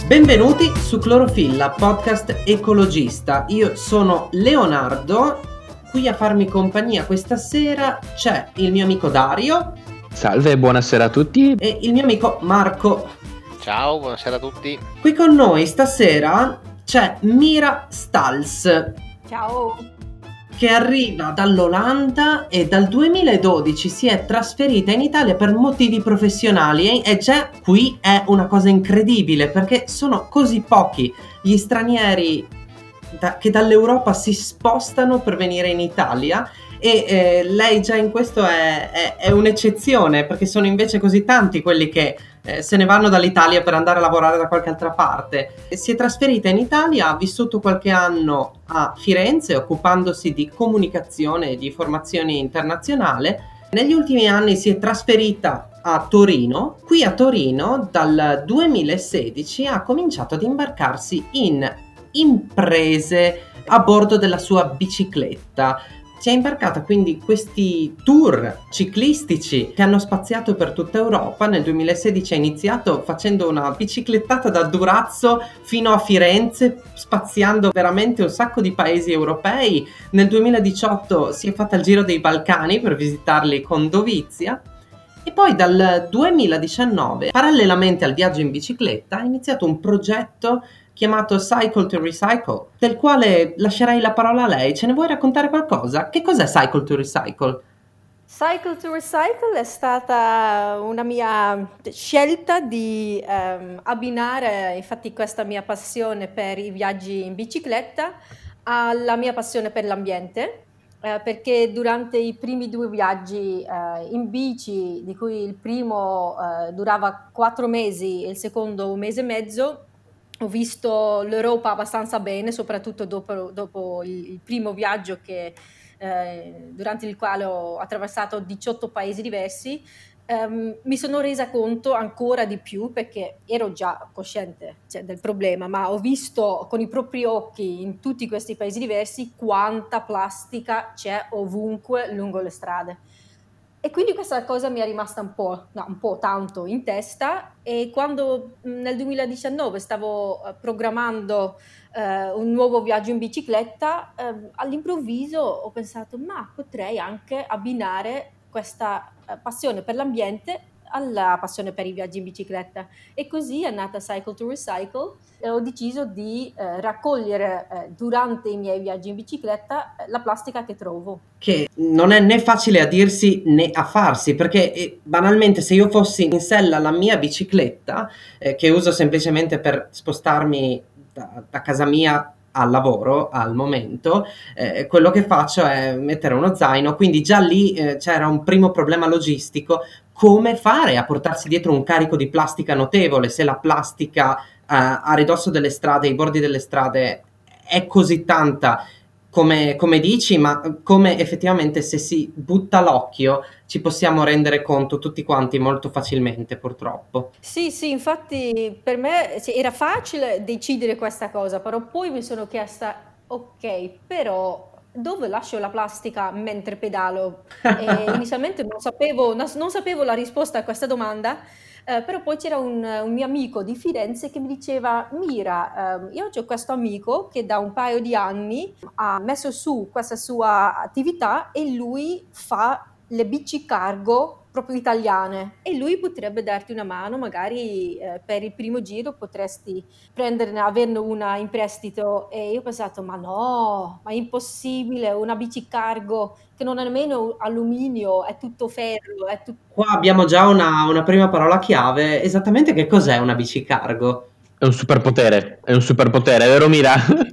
Benvenuti su Clorofilla, podcast ecologista. Io sono Leonardo, qui a farmi compagnia questa sera c'è il mio amico Dario. Salve, buonasera a tutti. E il mio amico Marco. Ciao, buonasera a tutti. Qui con noi stasera c'è Mira Stals. Ciao. Che arriva dall'Olanda e dal 2012 si è trasferita in Italia per motivi professionali e già qui è una cosa incredibile perché sono così pochi gli stranieri che dall'Europa si spostano per venire in Italia e lei già in questo è un'eccezione, perché sono invece così tanti quelli che se ne vanno dall'Italia per andare a lavorare da qualche altra parte. Si è trasferita in Italia, ha vissuto qualche anno a Firenze occupandosi di comunicazione e di formazione internazionale. Negli ultimi anni si è trasferita a Torino. Qui a Torino dal 2016 ha cominciato ad imbarcarsi in imprese a bordo della sua bicicletta. Si è imbarcata quindi in questi tour ciclistici che hanno spaziato per tutta Europa. Nel 2016 ha iniziato facendo una biciclettata da Durazzo fino a Firenze, spaziando veramente un sacco di paesi europei. Nel 2018 si è fatta il giro dei Balcani per visitarli con dovizia. E poi dal 2019, parallelamente al viaggio in bicicletta, ha iniziato un progetto chiamato Cycle to Recycle, del quale lascerei la parola a lei. Ce ne vuoi raccontare qualcosa? Che cos'è Cycle to Recycle? Cycle to Recycle è stata una mia scelta di abbinare, infatti, questa mia passione per i viaggi in bicicletta alla mia passione per l'ambiente. Perché durante i primi 2 viaggi in bici, di cui il primo durava 4 mesi e il secondo 1 mese e mezzo, ho visto l'Europa abbastanza bene, soprattutto dopo il primo viaggio durante il quale ho attraversato 18 paesi diversi. Mi sono resa conto ancora di più, perché ero già cosciente, del problema, ma ho visto con i propri occhi in tutti questi paesi diversi quanta plastica c'è ovunque lungo le strade. E quindi questa cosa mi è rimasta un po' tanto in testa, e quando nel 2019 stavo programmando un nuovo viaggio in bicicletta, all'improvviso ho pensato, ma potrei anche abbinare questa passione per l'ambiente alla passione per i viaggi in bicicletta, e così è nata Cycle to Recycle. E ho deciso di raccogliere durante i miei viaggi in bicicletta la plastica che trovo. Che non è né facile a dirsi né a farsi, perché banalmente, se io fossi in sella alla mia bicicletta, che uso semplicemente per spostarmi da casa mia al lavoro al momento, quello che faccio è mettere uno zaino, quindi già lì c'era un primo problema logistico: come fare a portarsi dietro un carico di plastica notevole se la plastica a ridosso delle strade, ai bordi delle strade è così tanta come dici, ma come effettivamente, se si butta l'occhio, ci possiamo rendere conto tutti quanti molto facilmente, purtroppo. Sì, infatti per me era facile decidere questa cosa, però poi mi sono chiesta, ok, però dove lascio la plastica mentre pedalo? E inizialmente non sapevo la risposta a questa domanda, però poi c'era un mio amico di Firenze che mi diceva, Mira, io ho questo amico che da un paio di anni ha messo su questa sua attività e lui fa le bici cargo proprio italiane, e lui potrebbe darti una mano, magari per il primo giro potresti averne una in prestito. E io ho pensato, ma no, ma è impossibile, una bici cargo che non è nemmeno alluminio, è tutto ferro, è tutto... Qua abbiamo già una prima parola chiave. Esattamente che cos'è una bici cargo? È un superpotere, vero Mira?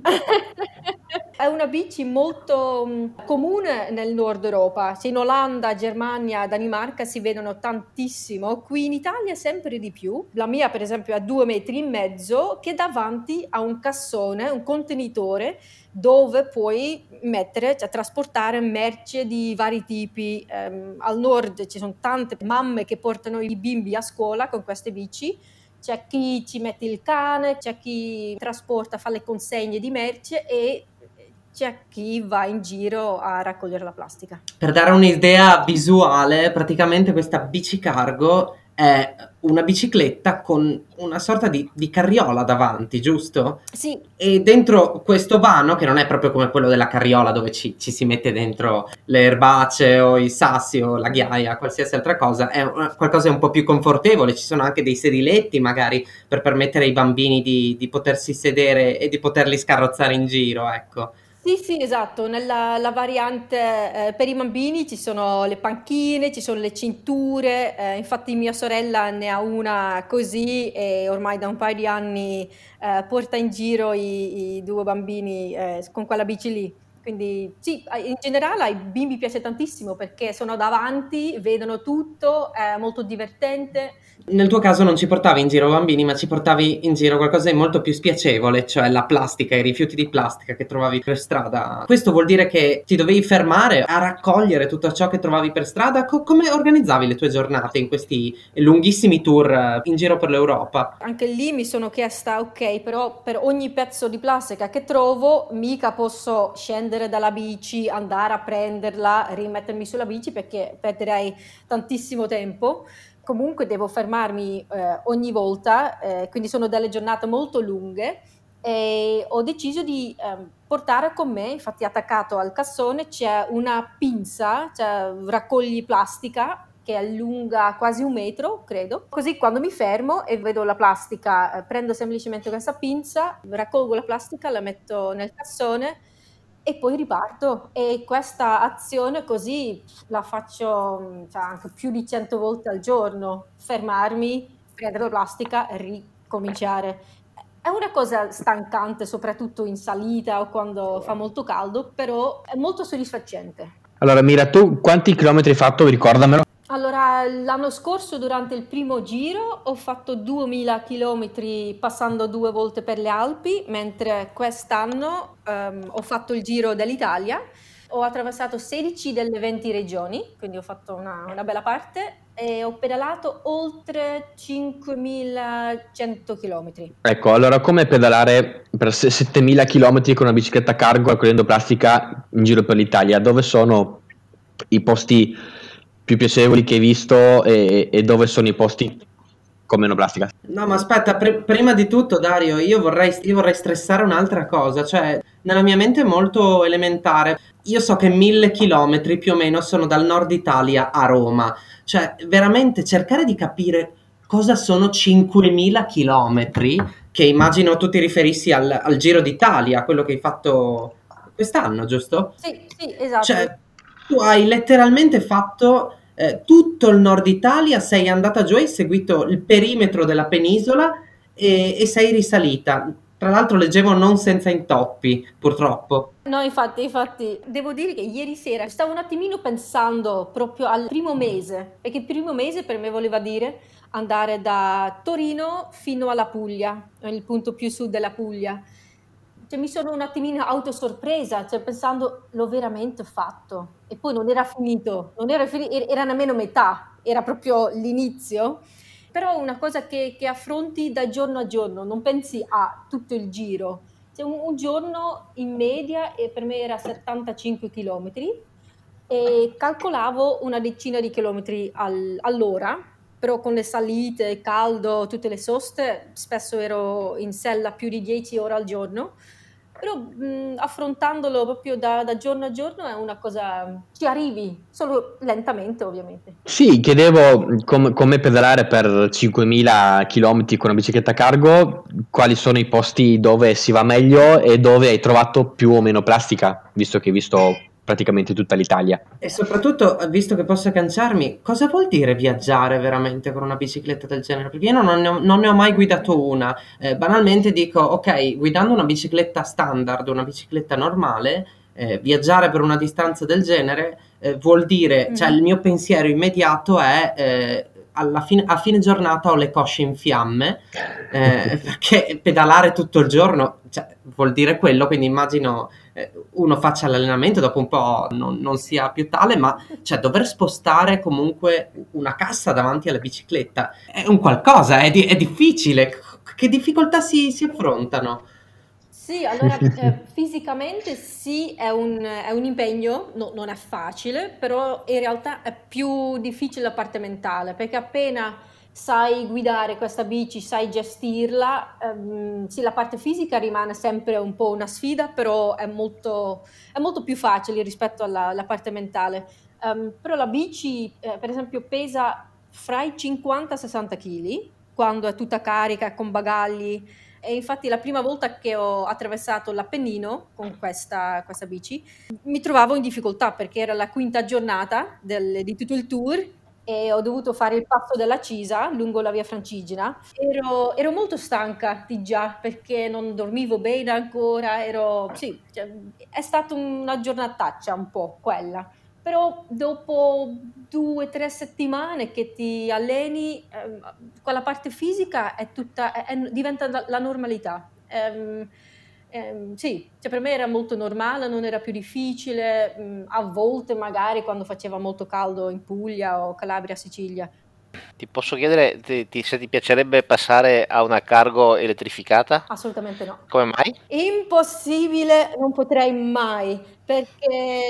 È una bici molto comune nel nord Europa. In Olanda, Germania, Danimarca si vedono tantissimo, qui in Italia sempre di più. La mia, per esempio, ha 2,5 metri, che davanti ha un cassone, un contenitore dove puoi trasportare merce di vari tipi. Al nord ci sono tante mamme che portano i bimbi a scuola con queste bici. C'è chi ci mette il cane, c'è chi trasporta, fa le consegne di merce, e c'è chi va in giro a raccogliere la plastica. Per dare un'idea visuale, praticamente questa bici cargo è una bicicletta con una sorta di carriola davanti, giusto? Sì, E dentro questo vano, che non è proprio come quello della carriola dove ci si mette dentro le erbacee o i sassi o la ghiaia, qualsiasi altra cosa, è qualcosa un po' più confortevole. Ci sono anche dei sediletti magari per permettere ai bambini di potersi sedere e di poterli scarrozzare in giro, ecco. sì, sì, esatto. Nella la variante per i bambini ci sono le panchine, ci sono le cinture, infatti mia sorella ne ha una così e ormai da un paio di anni porta in giro i due bambini con quella bici lì. Quindi sì, in generale ai bimbi piace tantissimo perché sono davanti, vedono tutto, è molto divertente. Nel tuo caso non ci portavi in giro bambini, ma ci portavi in giro qualcosa di molto più spiacevole, cioè la plastica, i rifiuti di plastica che trovavi per strada. Questo vuol dire che ti dovevi fermare a raccogliere tutto ciò che trovavi per strada? Come organizzavi le tue giornate in questi lunghissimi tour in giro per l'Europa? Anche lì mi sono chiesta, ok, però per ogni pezzo di plastica che trovo, mica posso scendere dalla bici, andare a prenderla, rimettermi sulla bici perché perderei tantissimo tempo. Comunque devo fermarmi ogni volta, quindi sono delle giornate molto lunghe e ho deciso di portare con me, infatti attaccato al cassone c'è una pinza, cioè raccogli plastica che è lunga quasi 1 metro, credo. Così quando mi fermo e vedo la plastica, prendo semplicemente questa pinza, raccolgo la plastica, la metto nel cassone e poi riparto. E questa azione così la faccio cioè, anche più di 100 volte al giorno. Fermarmi, prendere la plastica e ricominciare. È una cosa stancante, soprattutto in salita o quando fa molto caldo, però è molto soddisfacente. Allora, Mira, tu quanti chilometri hai fatto? Ricordamelo. Allora, l'anno scorso durante il primo giro ho fatto 2000 chilometri passando 2 volte per le Alpi, mentre quest'anno ho fatto il giro dell'Italia. Ho attraversato 16 delle 20 regioni, quindi ho fatto una bella parte e ho pedalato oltre 5100 chilometri. Ecco, allora come pedalare per 7000 km con una bicicletta a cargo raccogliendo plastica in giro per l'Italia? Dove sono i posti più piacevoli che hai visto e dove sono i posti con meno plastica? No, ma aspetta, prima di tutto, Dario, io vorrei stressare un'altra cosa, cioè nella mia mente è molto elementare. Io so che 1000 chilometri più o meno sono dal nord Italia a Roma, cioè veramente cercare di capire cosa sono 5000 chilometri, che immagino tu ti riferissi al Giro d'Italia, quello che hai fatto quest'anno, giusto? Sì, sì, esatto. Cioè, tu hai letteralmente fatto tutto il nord Italia, sei andata giù, hai seguito il perimetro della penisola e sei risalita. Tra l'altro leggevo non senza intoppi, purtroppo. No, infatti, devo dire che ieri sera stavo un attimino pensando proprio al primo mese, perché il primo mese per me voleva dire andare da Torino fino alla Puglia, il punto più sud della Puglia. Cioè, mi sono un attimino autosorpresa, cioè pensando l'ho veramente fatto. E poi non era finito, era nemmeno metà, era proprio l'inizio. Però una cosa che affronti da giorno a giorno, non pensi a tutto il giro. Cioè, un giorno in media e per me era 75 chilometri e calcolavo una decina di chilometri all'ora, però con le salite, il caldo, tutte le soste, spesso ero in sella più di 10 ore al giorno. Però affrontandolo proprio da giorno a giorno è una cosa, ci arrivi, solo lentamente ovviamente. Sì, chiedevo come pedalare per 5000 km con una bicicletta a cargo, quali sono i posti dove si va meglio e dove hai trovato più o meno plastica, visto che hai visto praticamente tutta l'Italia. E soprattutto, visto che posso agganciarmi, cosa vuol dire viaggiare veramente con una bicicletta del genere? Perché io non ne ho mai guidato una. Banalmente dico, ok, guidando una bicicletta standard, una bicicletta normale, viaggiare per una distanza del genere vuol dire, cioè il mio pensiero immediato è a fine giornata ho le cosce in fiamme, perché pedalare tutto il giorno, cioè, vuol dire quello, quindi immagino uno faccia l'allenamento, dopo un po' non sia più tale, ma cioè, dover spostare comunque una cassa davanti alla bicicletta è un qualcosa, è difficile. Che difficoltà si affrontano? Sì, allora fisicamente sì, è un impegno, non è facile, però in realtà è più difficile la parte mentale, perché appena sai guidare questa bici, sai gestirla, sì, la parte fisica rimane sempre un po' una sfida, però è molto più facile rispetto alla parte mentale. Però la bici, per esempio, pesa fra i 50 e 60 kg quando è tutta carica con bagagli. E infatti la prima volta che ho attraversato l'Appennino con questa bici mi trovavo in difficoltà perché era la quinta giornata di tutto il tour e ho dovuto fare il passo della Cisa lungo la via Francigena. Ero molto stanca di già perché non dormivo bene ancora, sì, cioè, è stata una giornataccia un po' quella. Però dopo 2 o 3 settimane che ti alleni, quella parte fisica diventa la normalità. Sì, cioè per me era molto normale, non era più difficile, a volte magari quando faceva molto caldo in Puglia o Calabria, Sicilia. Ti posso chiedere se ti piacerebbe passare a una cargo elettrificata? Assolutamente no. Come mai? Impossibile, non potrei mai, perché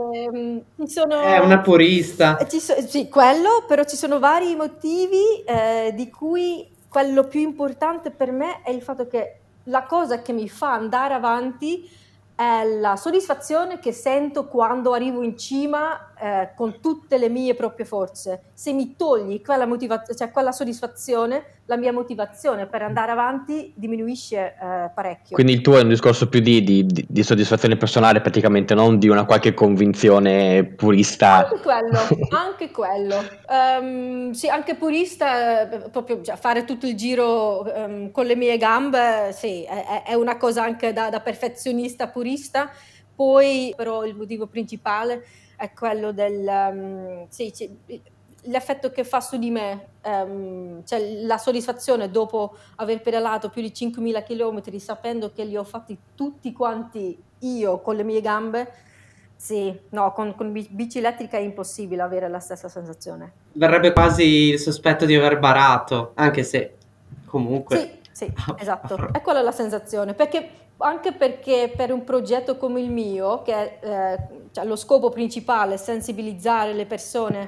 È una purista. sì, quello, però ci sono vari motivi, di cui quello più importante per me è il fatto che la cosa che mi fa andare avanti è la soddisfazione che sento quando arrivo in cima, con tutte le mie proprie forze. Se mi togli cioè quella soddisfazione, la mia motivazione per andare avanti diminuisce, parecchio. Quindi il tuo è un discorso più di soddisfazione personale, praticamente, non di una qualche convinzione purista. Anche quello. Sì, anche purista, proprio cioè, fare tutto il giro con le mie gambe, sì, è una cosa anche da perfezionista purista. Poi, però, il motivo principale è quello sì, l'effetto che fa su di me, cioè la soddisfazione dopo aver pedalato più di 5.000 chilometri sapendo che li ho fatti tutti quanti io con le mie gambe. Sì, no, con bici elettrica è impossibile avere la stessa sensazione. Verrebbe quasi il sospetto di aver barato, anche se comunque... Sì, esatto, è quella la sensazione, anche perché per un progetto come il mio, che cioè lo scopo principale è sensibilizzare le persone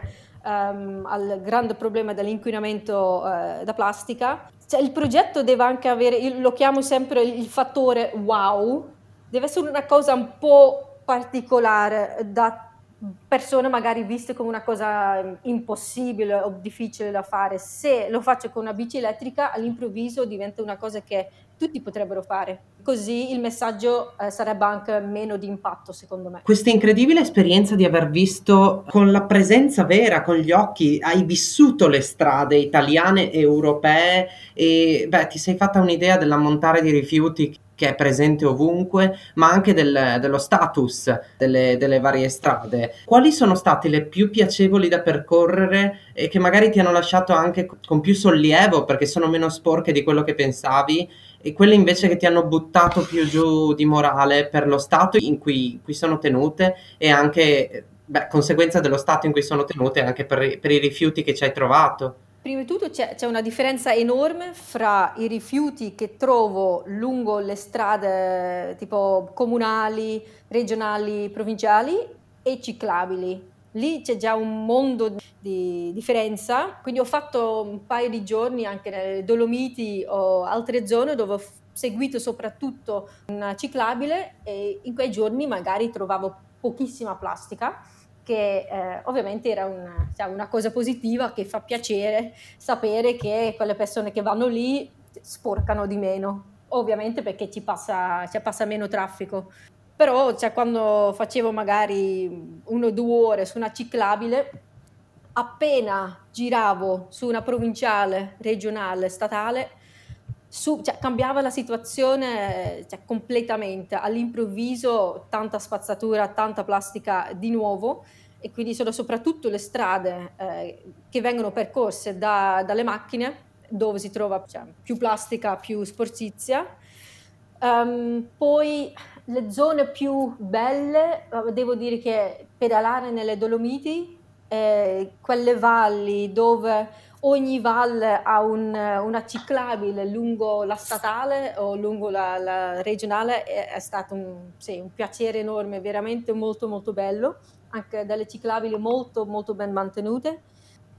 al grande problema dell'inquinamento da plastica, cioè il progetto deve anche avere, io lo chiamo sempre il fattore wow, deve essere una cosa un po' particolare da persone magari viste come una cosa impossibile o difficile da fare. Se lo faccio con una bici elettrica, all'improvviso diventa una cosa che tutti potrebbero fare. Così il messaggio sarebbe anche meno di impatto, secondo me. Questa incredibile esperienza di aver visto con la presenza vera, con gli occhi, hai vissuto le strade italiane e europee e beh, ti sei fatta un'idea dell'ammontare di rifiuti che è presente ovunque, ma anche dello status delle varie strade. Quali sono state le più piacevoli da percorrere e che magari ti hanno lasciato anche con più sollievo perché sono meno sporche di quello che pensavi? E quelle invece che ti hanno buttato più giù di morale per lo stato in cui sono tenute e anche, beh, conseguenza dello stato in cui sono tenute anche per i rifiuti che ci hai trovato. Prima di tutto c'è una differenza enorme fra i rifiuti che trovo lungo le strade tipo comunali, regionali, provinciali e ciclabili. Lì c'è già un mondo di differenza, quindi ho fatto un paio di giorni anche nelle Dolomiti o altre zone dove ho seguito soprattutto una ciclabile e in quei giorni magari trovavo pochissima plastica che ovviamente era cioè una cosa positiva che fa piacere sapere che quelle persone che vanno lì sporcano di meno, ovviamente perché passa meno traffico. Però cioè, quando facevo magari 1 o 2 ore su una ciclabile, appena giravo su una provinciale, regionale, statale, cioè, cambiava la situazione cioè, completamente. All'improvviso tanta spazzatura, tanta plastica di nuovo e quindi sono soprattutto le strade che vengono percorse dalle macchine dove si trova cioè, più plastica, più sporcizia. Poi le zone più belle, devo dire che pedalare nelle Dolomiti, quelle valli dove ogni valle ha una ciclabile lungo la statale o lungo la regionale, è stato sì, un piacere enorme, veramente molto molto bello, anche delle ciclabili molto molto ben mantenute.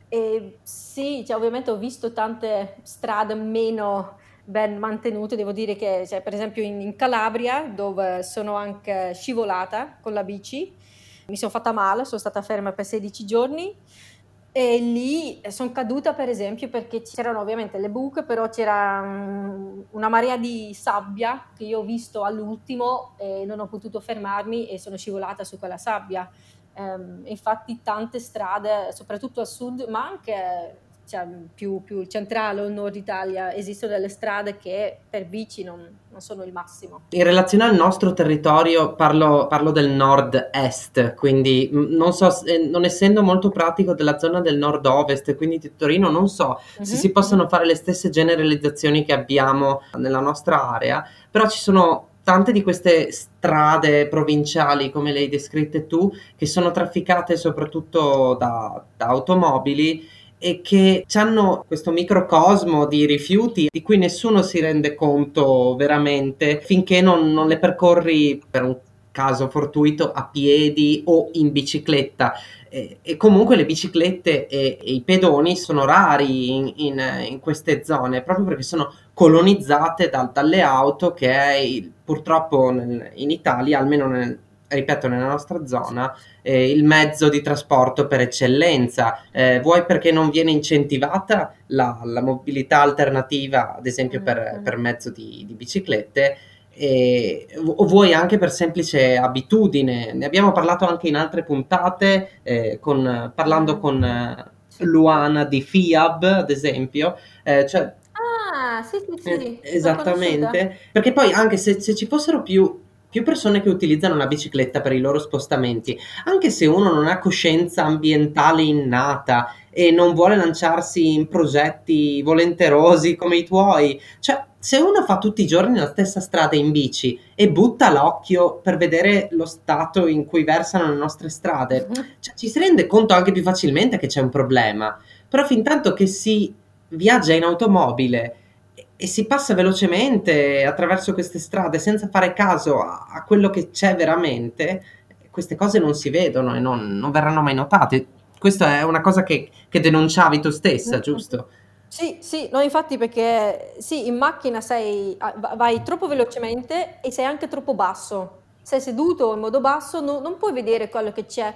E sì, cioè, ovviamente ho visto tante strade meno ben mantenute, devo dire che, cioè, per esempio in Calabria, dove sono anche scivolata con la bici, mi sono fatta male, sono stata ferma per 16 giorni e lì sono caduta per esempio perché c'erano ovviamente le buche, però c'era una marea di sabbia che io ho visto all'ultimo e non ho potuto fermarmi e sono scivolata su quella sabbia. Infatti tante strade, soprattutto al sud, ma anche cioè, più centrale o il nord Italia, esistono delle strade che per bici non sono il massimo. In relazione al nostro territorio parlo del nord-est, quindi non so, non essendo molto pratico della zona del nord-ovest, quindi di Torino, non so se si possono fare le stesse generalizzazioni che abbiamo nella nostra area, però ci sono tante di queste strade provinciali, come le hai descritte tu, che sono trafficate soprattutto da automobili e che hanno questo microcosmo di rifiuti di cui nessuno si rende conto veramente finché non le percorri per un caso fortuito a piedi o in bicicletta. E comunque le biciclette e i pedoni sono rari in queste zone proprio perché sono colonizzate dalle auto che è purtroppo in Italia, almeno ripeto nella nostra zona, il mezzo di trasporto per eccellenza, vuoi perché non viene incentivata la mobilità alternativa, ad esempio per mezzo di biciclette, o vuoi anche per semplice abitudine. Ne abbiamo parlato anche in altre puntate, parlando con Sì. Luana di FIAB, ad esempio, cioè Ah, sì, sì, sì, l'ho conosciuta. esattamente, perché poi anche se ci fossero più persone che utilizzano la bicicletta per i loro spostamenti, anche se uno non ha coscienza ambientale innata e non vuole lanciarsi in progetti volenterosi come i tuoi, cioè se uno fa tutti i giorni la stessa strada in bici e butta l'occhio per vedere lo stato in cui versano le nostre strade, cioè, ci si rende conto anche più facilmente che c'è un problema. Però fin tanto che si viaggia in automobile e si passa velocemente attraverso queste strade senza fare caso a quello che c'è veramente, queste cose non si vedono e non verranno mai notate. Questa è una cosa che denunciavi tu stessa, giusto? Sì, sì, no, infatti perché sì, in macchina vai troppo velocemente e sei anche troppo basso. Sei seduto in modo basso, non puoi vedere quello che c'è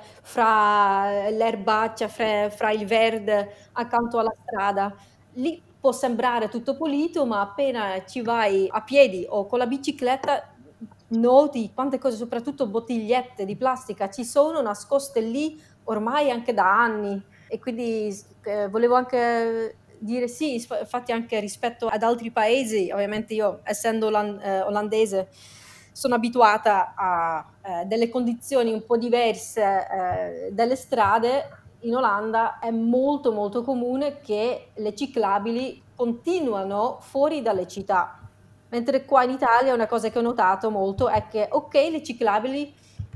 fra l'erbaccia, fra il verde accanto alla strada. Lì può sembrare tutto pulito, ma appena ci vai a piedi o con la bicicletta, noti quante cose, soprattutto bottigliette di plastica, ci sono nascoste lì ormai anche da anni. E quindi volevo anche dire sì, infatti anche rispetto ad altri paesi, ovviamente io essendo olandese sono abituata a delle condizioni un po' diverse delle strade. In Olanda è molto molto comune che le ciclabili continuano fuori dalle città, mentre qua in Italia una cosa che ho notato molto è che ok, le ciclabili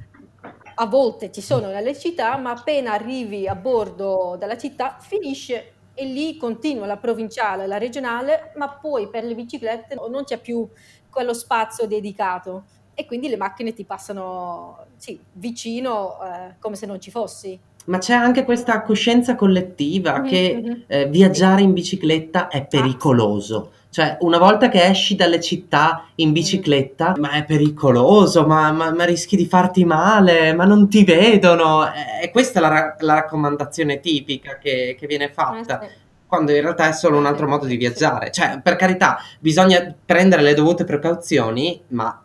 a volte ci sono nelle città, ma appena arrivi a bordo della città finisce e lì continua la provinciale, la regionale, ma poi per le biciclette non c'è più quello spazio dedicato e quindi le macchine ti passano sì, vicino come se non ci fossi. Ma c'è anche questa coscienza collettiva che Mhm. Sì. viaggiare in bicicletta è Sì. pericoloso. Cioè, una volta che esci dalle città in Mhm. bicicletta, ma è pericoloso, ma rischi di farti male, ma non ti vedono. E questa è la raccomandazione tipica che viene fatta, Sì. quando in realtà è solo un Sì, altro modo di sì. viaggiare. Cioè, per carità, bisogna prendere le dovute precauzioni, ma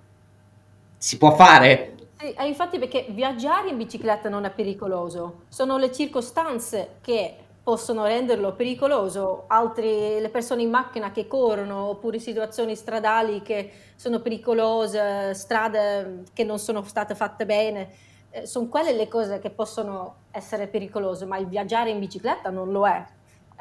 si può fare. Sì, infatti perché viaggiare in bicicletta non è pericoloso, sono le circostanze che possono renderlo pericoloso, le persone in macchina che corrono, oppure situazioni stradali che sono pericolose, strade che non sono state fatte bene, sono quelle le cose che possono essere pericolose, ma il viaggiare in bicicletta non lo è.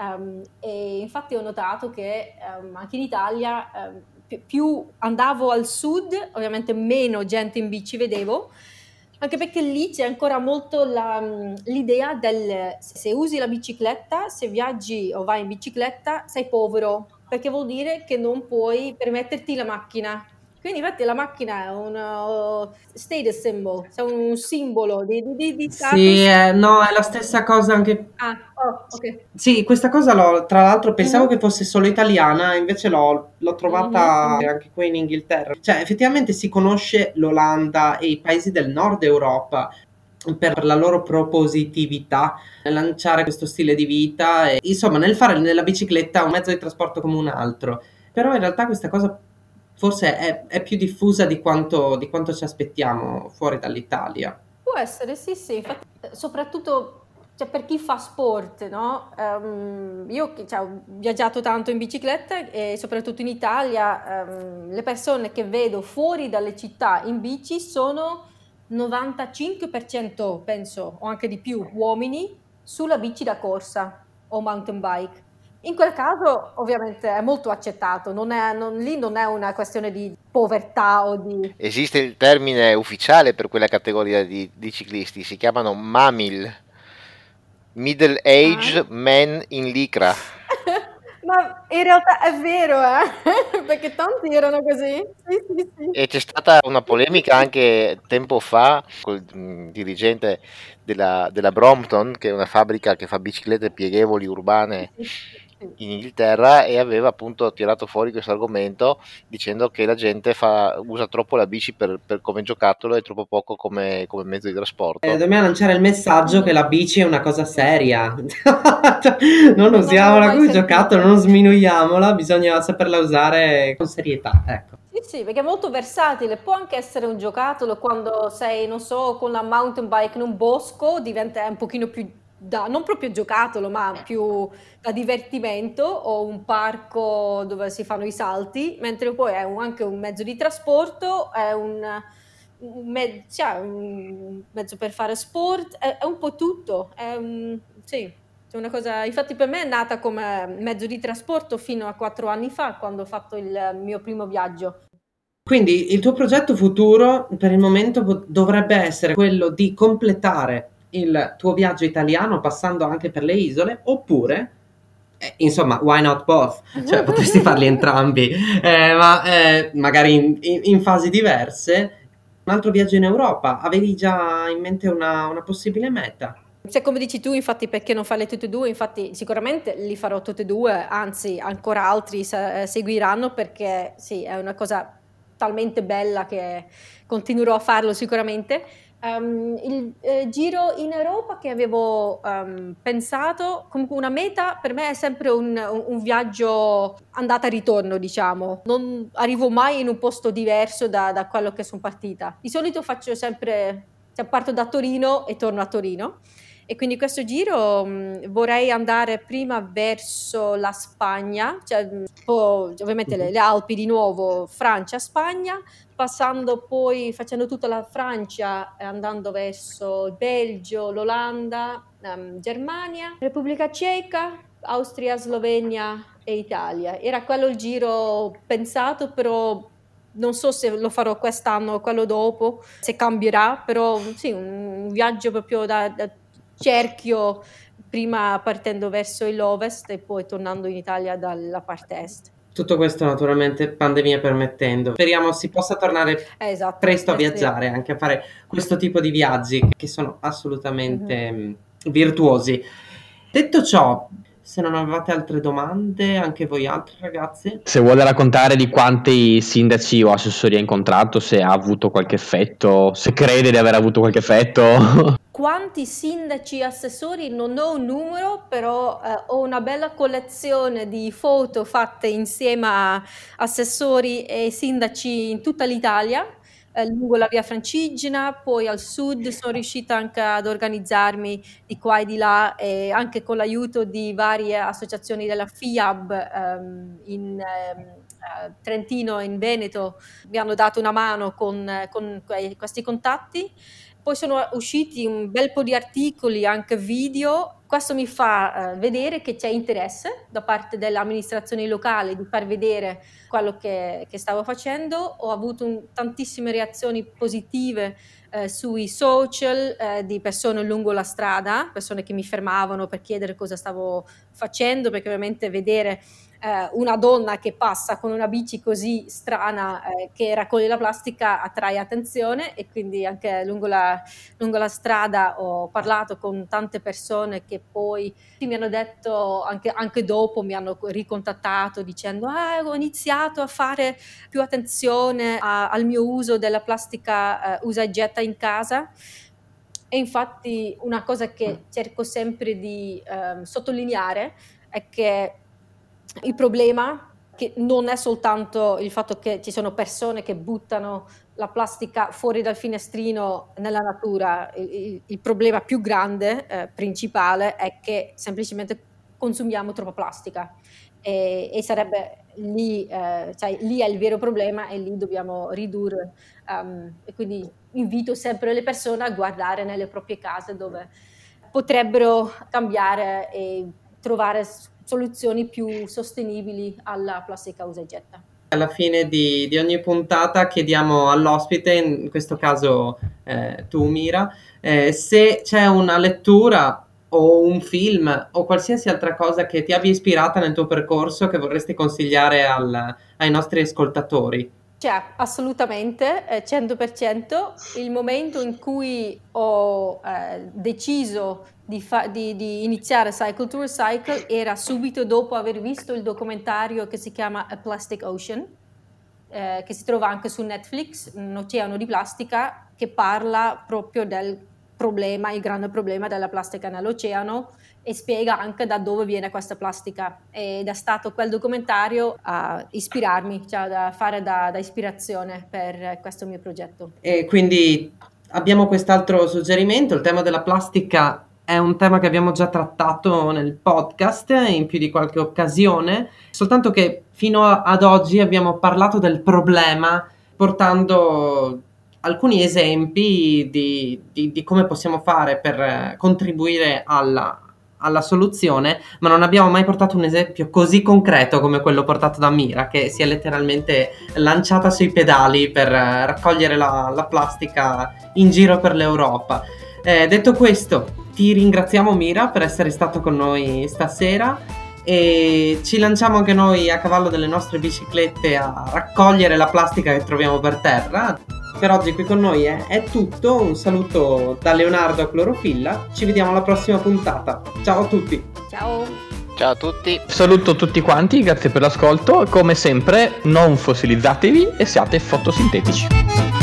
E infatti ho notato che anche in Italia più andavo al sud, ovviamente meno gente in bici vedevo, anche perché lì c'è ancora molto l'idea del se usi la bicicletta, se viaggi o vai in bicicletta, sei povero, perché vuol dire che non puoi permetterti la macchina. Quindi infatti la macchina è un status symbol, cioè un simbolo di Sì, status. no, è la stessa cosa anche. Ah, oh, ok. Sì, questa cosa tra l'altro pensavo Mhm, che fosse solo italiana, invece l'ho mhm, trovata mhm. anche qui in Inghilterra. Cioè, effettivamente si conosce l'Olanda e i paesi del nord Europa per la loro propositività nel lanciare questo stile di vita e insomma nel fare nella bicicletta un mezzo di trasporto come un altro. Però in realtà questa cosa forse è più diffusa di quanto ci aspettiamo fuori dall'Italia. Può essere, sì, sì, infatti, soprattutto cioè, per chi fa sport, no? Io cioè, ho viaggiato tanto in bicicletta e soprattutto in Italia, le persone che vedo fuori dalle città in bici sono 95%, penso, o anche di più, uomini sulla bici da corsa o mountain bike. In quel caso ovviamente è molto accettato, lì non è una questione di povertà o di... Esiste il termine ufficiale per quella categoria di ciclisti, si chiamano MAMIL, Middle Ah? Age Men in Lycra. Ma in realtà è vero, perché tanti erano così. Sì, sì, sì. E c'è stata una polemica anche tempo fa col dirigente della Brompton, che è una fabbrica che fa biciclette pieghevoli Sì, urbane sì, sì. in Inghilterra, e aveva appunto tirato fuori questo argomento dicendo che la gente usa troppo la bici come giocattolo e troppo poco come mezzo di trasporto. Dobbiamo lanciare il messaggio che Mhm. la bici è una cosa Sì, sì. seria. Non Non l'avevo usiamola mai come giocattolo, sentito. non sminuiamola, bisogna saperla usare con serietà, ecco. Sì, sì, perché è molto versatile, può anche essere un giocattolo quando sei, non so, con la mountain bike in un bosco, diventa un pochino più da, non proprio giocattolo, ma più da divertimento, o un parco dove si fanno i salti, mentre poi è anche un mezzo di trasporto, è cioè, un mezzo per fare sport, è un po' tutto, sì. C'è una cosa, infatti per me è nata come mezzo di trasporto fino a 4 anni fa, quando ho fatto il mio primo viaggio. Quindi il tuo progetto futuro per il momento dovrebbe essere quello di completare il tuo viaggio italiano passando anche per le isole, oppure, insomma, why not both? Cioè, potresti farli entrambi, ma magari in fasi diverse. Un altro viaggio in Europa, avevi già in mente una possibile meta? Cioè, come dici tu, infatti, perché non farle tutte e due? Infatti, sicuramente li farò tutte e due, anzi, ancora altri seguiranno perché sì, è una cosa talmente bella che continuerò a farlo sicuramente. Il giro in Europa che avevo pensato, comunque una meta per me è sempre un viaggio andata e ritorno, diciamo. Non arrivo mai in un posto diverso da quello che sono partita. Di solito faccio sempre, cioè parto da Torino e torno a Torino. E quindi questo giro vorrei andare prima verso la Spagna, cioè, poi, ovviamente le Alpi di nuovo, Francia, Spagna, passando poi, facendo tutta la Francia e andando verso il Belgio, l'Olanda, Germania, Repubblica Ceca, Austria, Slovenia e Italia. Era quello il giro pensato, però non so se lo farò quest'anno o quello dopo, se cambierà, però sì, un viaggio proprio da cerchio, prima partendo verso l'ovest e poi tornando in Italia dalla parte est. Tutto questo naturalmente pandemia permettendo. Speriamo si possa tornare Esatto, presto a sì. viaggiare, anche a fare questo tipo di viaggi che sono Mhm. assolutamente virtuosi. Detto ciò, se non avevate altre domande, anche voi altri ragazzi? Se vuole raccontare di quanti sindaci o assessori ha incontrato, se ha avuto qualche effetto, se crede di aver avuto qualche effetto. Quanti sindaci e assessori non ho un numero, però ho una bella collezione di foto fatte insieme a assessori e sindaci in tutta l'Italia, lungo la via Francigena, poi al sud sono riuscita anche ad organizzarmi di qua e di là, e anche con l'aiuto di varie associazioni della FIAB in Trentino e in Veneto mi hanno dato una mano con questi contatti. Poi sono usciti un bel po' di articoli, anche video. Questo mi fa vedere che c'è interesse da parte delle amministrazioni locali di far vedere quello che stavo facendo. Ho avuto tantissime reazioni positive sui social di persone lungo la strada, persone che mi fermavano per chiedere cosa stavo facendo, perché ovviamente vedere una donna che passa con una bici così strana che raccoglie la plastica attrae attenzione, e quindi anche lungo la strada ho parlato con tante persone che poi mi hanno detto, anche dopo mi hanno ricontattato dicendo ho iniziato a fare più attenzione al mio uso della plastica usa e getta in casa. E infatti una cosa che cerco sempre di sottolineare è che il problema che non è soltanto il fatto che ci sono persone che buttano la plastica fuori dal finestrino nella natura. Il problema più grande, principale, è che semplicemente consumiamo troppa plastica, e sarebbe lì, cioè lì è il vero problema, e lì dobbiamo ridurre. E quindi invito sempre le persone a guardare nelle proprie case dove potrebbero cambiare e trovare soluzioni più sostenibili alla plastica usa e getta. Alla fine di ogni puntata chiediamo all'ospite, in questo caso tu Mira, se c'è una lettura o un film o qualsiasi altra cosa che ti abbia ispirata nel tuo percorso che vorresti consigliare ai nostri ascoltatori. Cioè, assolutamente, 100%. Il momento in cui ho deciso di iniziare Cycle to Recycle era subito dopo aver visto il documentario che si chiama A Plastic Ocean, che si trova anche su Netflix, un oceano di plastica, che parla proprio del problema, il grande problema della plastica nell'oceano, e spiega anche da dove viene questa plastica, ed è stato quel documentario a ispirarmi, cioè da fare da ispirazione per questo mio progetto. E quindi abbiamo quest'altro suggerimento: il tema della plastica è un tema che abbiamo già trattato nel podcast in più di qualche occasione, soltanto che fino ad oggi abbiamo parlato del problema portando alcuni esempi di come possiamo fare per contribuire alla soluzione, ma non abbiamo mai portato un esempio così concreto come quello portato da Mira, che si è letteralmente lanciata sui pedali per raccogliere la plastica in giro per l'Europa. Detto questo, ti ringraziamo Mira per essere stato con noi stasera, e ci lanciamo anche noi a cavallo delle nostre biciclette a raccogliere la plastica che troviamo per terra. Per oggi qui con noi è tutto, un saluto da Leonardo a Clorofilla, ci vediamo alla prossima puntata, ciao a tutti! Ciao! Ciao a tutti! Saluto tutti quanti, grazie per l'ascolto, come sempre non fossilizzatevi e siate fotosintetici.